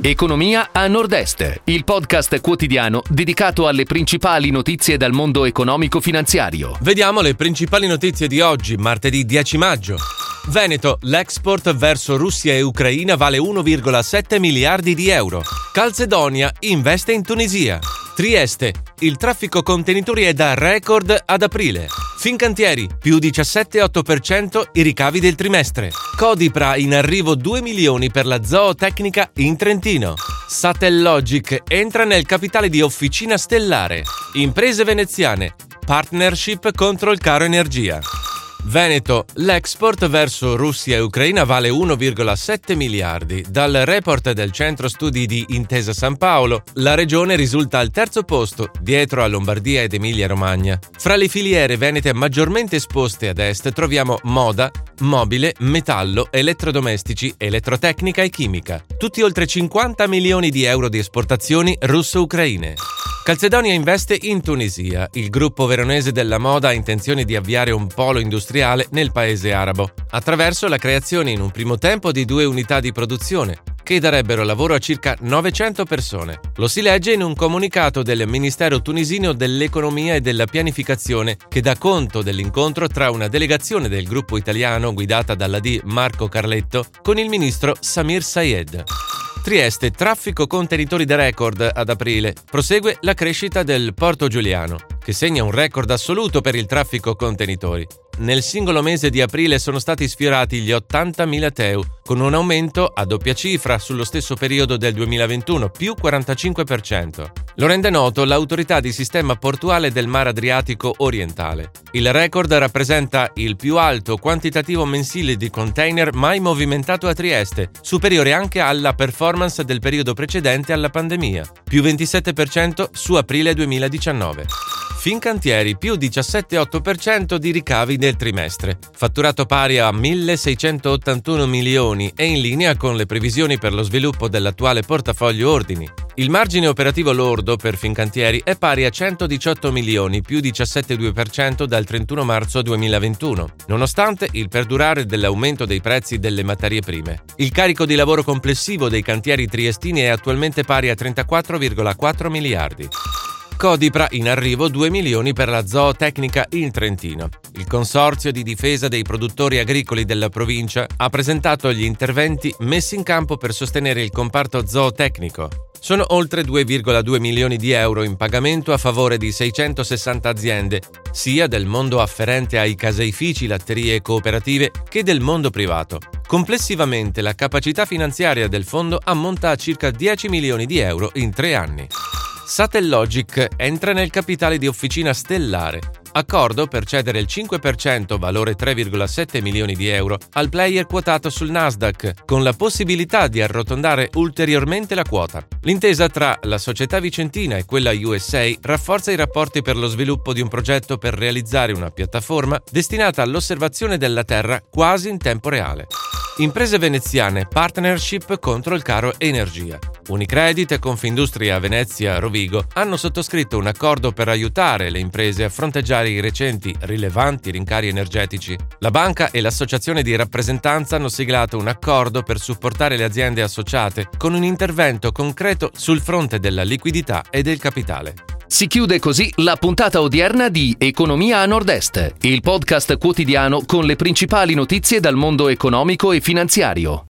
Economia a Nord-Est, il podcast quotidiano dedicato alle principali notizie dal mondo economico-finanziario. Vediamo le principali notizie di oggi, martedì 10 maggio. Veneto, l'export verso Russia e Ucraina vale 1,7 miliardi di euro. Calzedonia investe in Tunisia. Trieste, il traffico contenitori è da record ad aprile. Fincantieri, più 17,8% i ricavi del trimestre. Codipra, in arrivo 2 milioni per la zootecnica in Trentino. Satellogic entra nel capitale di Officina Stellare. Imprese veneziane, partnership contro il caro energia. Veneto, l'export verso Russia e Ucraina vale 1,7 miliardi. Dal report del centro studi di Intesa San Paolo, la regione risulta al terzo posto, dietro a Lombardia ed Emilia-Romagna. Fra le filiere venete maggiormente esposte ad est troviamo moda, mobile, metallo, elettrodomestici, elettrotecnica e chimica. Tutti oltre 50 milioni di euro di esportazioni russo-ucraine. Calzedonia investe in Tunisia. Il gruppo veronese della moda ha intenzione di avviare un polo industriale nel paese arabo, attraverso la creazione in un primo tempo di 2 unità di produzione, che darebbero lavoro a circa 900 persone. Lo si legge in un comunicato del Ministero tunisino dell'Economia e della Pianificazione, che dà conto dell'incontro tra una delegazione del gruppo italiano guidata dall'AD Marco Carletto con il ministro Samir Sayed. Trieste, traffico contenitori da record ad aprile. Prosegue la crescita del Porto Giuliano, che segna un record assoluto per il traffico contenitori. Nel singolo mese di aprile sono stati sfiorati gli 80.000 TEU, con un aumento a doppia cifra sullo stesso periodo del 2021, più 45%. Lo rende noto l'Autorità di Sistema Portuale del Mar Adriatico Orientale. Il record rappresenta il più alto quantitativo mensile di container mai movimentato a Trieste, superiore anche alla performance del periodo precedente alla pandemia, più 27% su aprile 2019. Fincantieri, più 17,8% di ricavi del trimestre, fatturato pari a 1.681 milioni e in linea con le previsioni per lo sviluppo dell'attuale portafoglio ordini. Il margine operativo lordo per Fincantieri è pari a 118 milioni, più 17,2% dal 31 marzo 2021, nonostante il perdurare dell'aumento dei prezzi delle materie prime. Il carico di lavoro complessivo dei cantieri triestini è attualmente pari a 34,4 miliardi. Codipra, in arrivo 2 milioni per la zootecnica in Trentino. Il consorzio di difesa dei produttori agricoli della provincia ha presentato gli interventi messi in campo per sostenere il comparto zootecnico. Sono oltre 2,2 milioni di euro in pagamento a favore di 660 aziende, sia del mondo afferente ai caseifici, latterie e cooperative, che del mondo privato. Complessivamente la capacità finanziaria del fondo ammonta a circa 10 milioni di euro in 3 anni. Satellogic entra nel capitale di Officina Stellare. Accordo per cedere il 5%, valore 3,7 milioni di euro, al player quotato sul Nasdaq, con la possibilità di arrotondare ulteriormente la quota. L'intesa tra la società vicentina e quella USA rafforza i rapporti per lo sviluppo di un progetto per realizzare una piattaforma destinata all'osservazione della Terra quasi in tempo reale. Imprese veneziane, partnership contro il caro energia. Unicredit e Confindustria Venezia Rovigo hanno sottoscritto un accordo per aiutare le imprese a fronteggiare i recenti rilevanti rincari energetici. La banca e l'associazione di rappresentanza hanno siglato un accordo per supportare le aziende associate con un intervento concreto sul fronte della liquidità e del capitale. Si chiude così la puntata odierna di Economia a Nord-Est, il podcast quotidiano con le principali notizie dal mondo economico e finanziario.